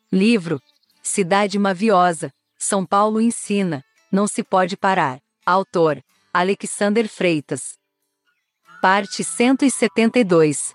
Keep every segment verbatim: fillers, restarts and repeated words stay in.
Livro Cidade Maviosa, São Paulo ensina, não se pode parar. Autor Alexander Freitas. Parte cento e setenta e dois.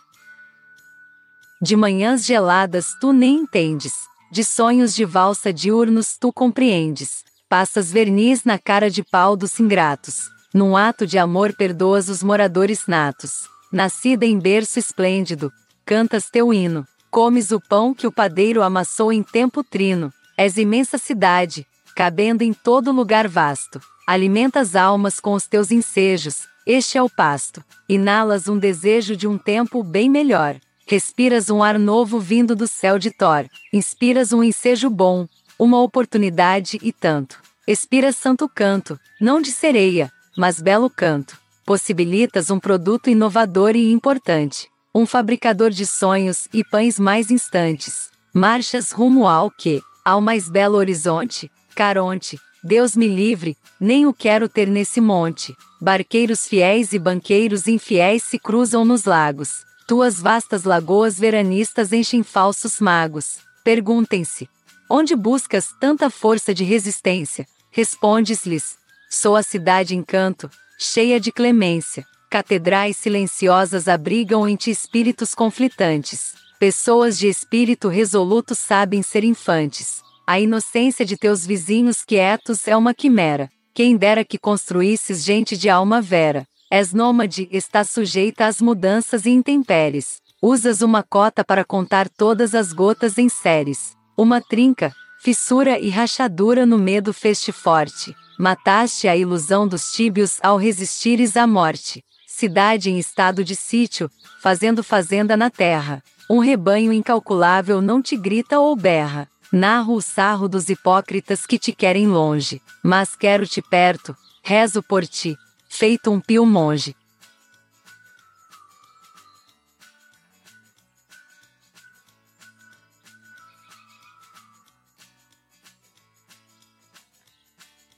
De manhãs geladas tu nem entendes, de sonhos de valsa diurnos tu compreendes. Passas verniz na cara de pau dos ingratos, num ato de amor perdoas os moradores natos. Nascida em berço esplêndido, cantas teu hino, comes o pão que o padeiro amassou em tempo trino. És imensa cidade, cabendo em todo lugar vasto. Alimentas almas com os teus ensejos, este é o pasto. Inalas um desejo de um tempo bem melhor. Respiras um ar novo vindo do céu de Thor. Inspiras um ensejo bom, uma oportunidade e tanto. Expiras santo canto, não de sereia, mas belo canto. Possibilitas um produto inovador e importante. Um fabricador de sonhos e pães mais instantes. Marchas rumo ao que? Ao mais belo horizonte. Caronte, Deus me livre, nem o quero ter nesse monte. Barqueiros fiéis e banqueiros infiéis se cruzam nos lagos. Tuas vastas lagoas veranistas enchem falsos magos. Perguntem-se: onde buscas tanta força de resistência? Respondes-lhes: sou a cidade encanto, cheia de clemência. Catedrais silenciosas abrigam em ti espíritos conflitantes. Pessoas de espírito resoluto sabem ser infantes. A inocência de teus vizinhos quietos é uma quimera. Quem dera que construísses gente de alma vera. És nômade, estás sujeita às mudanças e intempéries. Usas uma cota para contar todas as gotas em séries. Uma trinca, fissura e rachadura no medo fez-te forte. Mataste a ilusão dos tíbios ao resistires à morte. Cidade em estado de sítio, fazendo fazenda na terra. Um rebanho incalculável não te grita ou berra. Narro o sarro dos hipócritas que te querem longe. Mas quero-te perto, rezo por ti, feito um pio monge.